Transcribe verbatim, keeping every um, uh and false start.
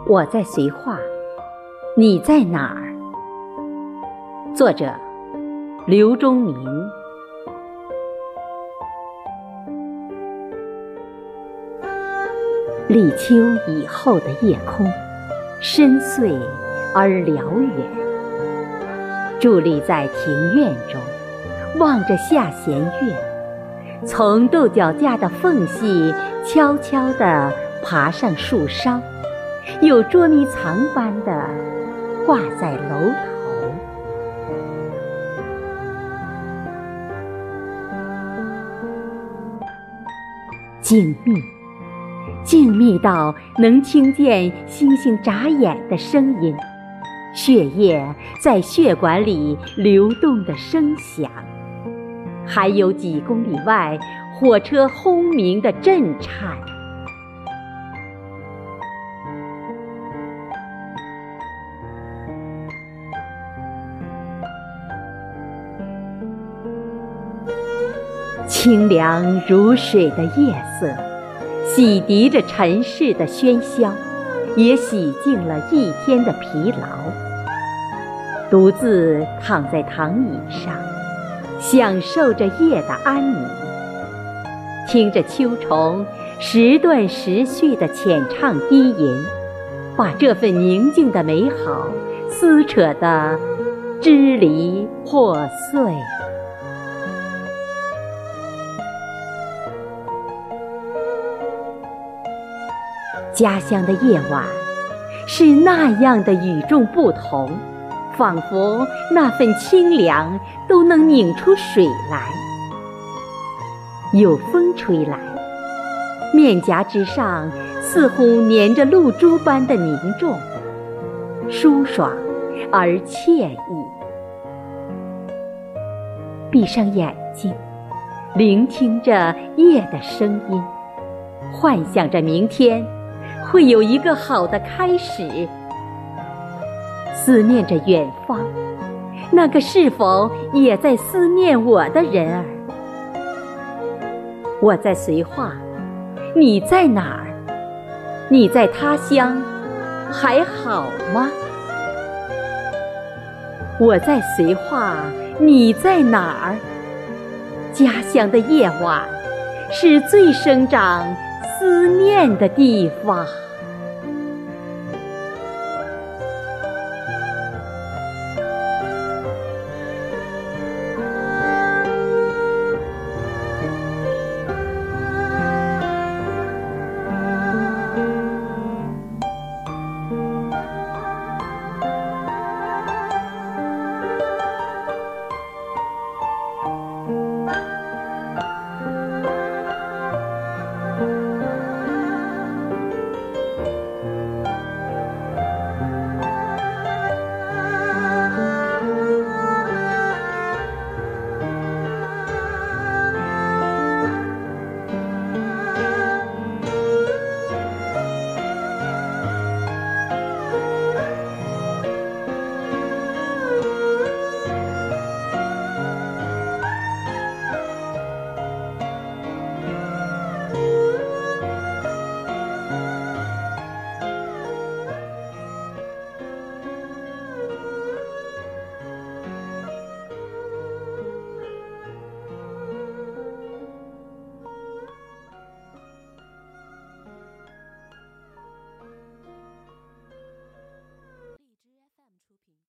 我在绥化，你在哪儿？作者刘忠明。立秋以后的夜空，深邃而辽远。伫立在庭院中，望着下弦月，从豆角架的缝隙悄悄地爬上树梢，又捉迷藏般地挂在楼头。静谧，静谧到能听见星星眨眼的声音，血液在血管里流动的声响，还有几公里外火车轰鸣的震颤。清凉如水的夜色，洗涤着尘世的喧嚣，也洗净了一天的疲劳。独自躺在躺椅上，享受着夜的安宁，听着秋虫时断时续的浅唱低吟，把这份宁静的美好撕扯得支离破碎。家乡的夜晚是那样的与众不同，仿佛那份清凉都能拧出水来。有风吹来，面颊之上似乎粘着露珠般的凝重，舒爽而惬意。闭上眼睛，聆听着夜的声音，幻想着明天会有一个好的开始，思念着远方，那个是否也在思念我的人儿？我在绥化，你在哪儿？你在他乡还好吗？我在绥化，你在哪儿？家乡的夜晚是最生长思念的地方。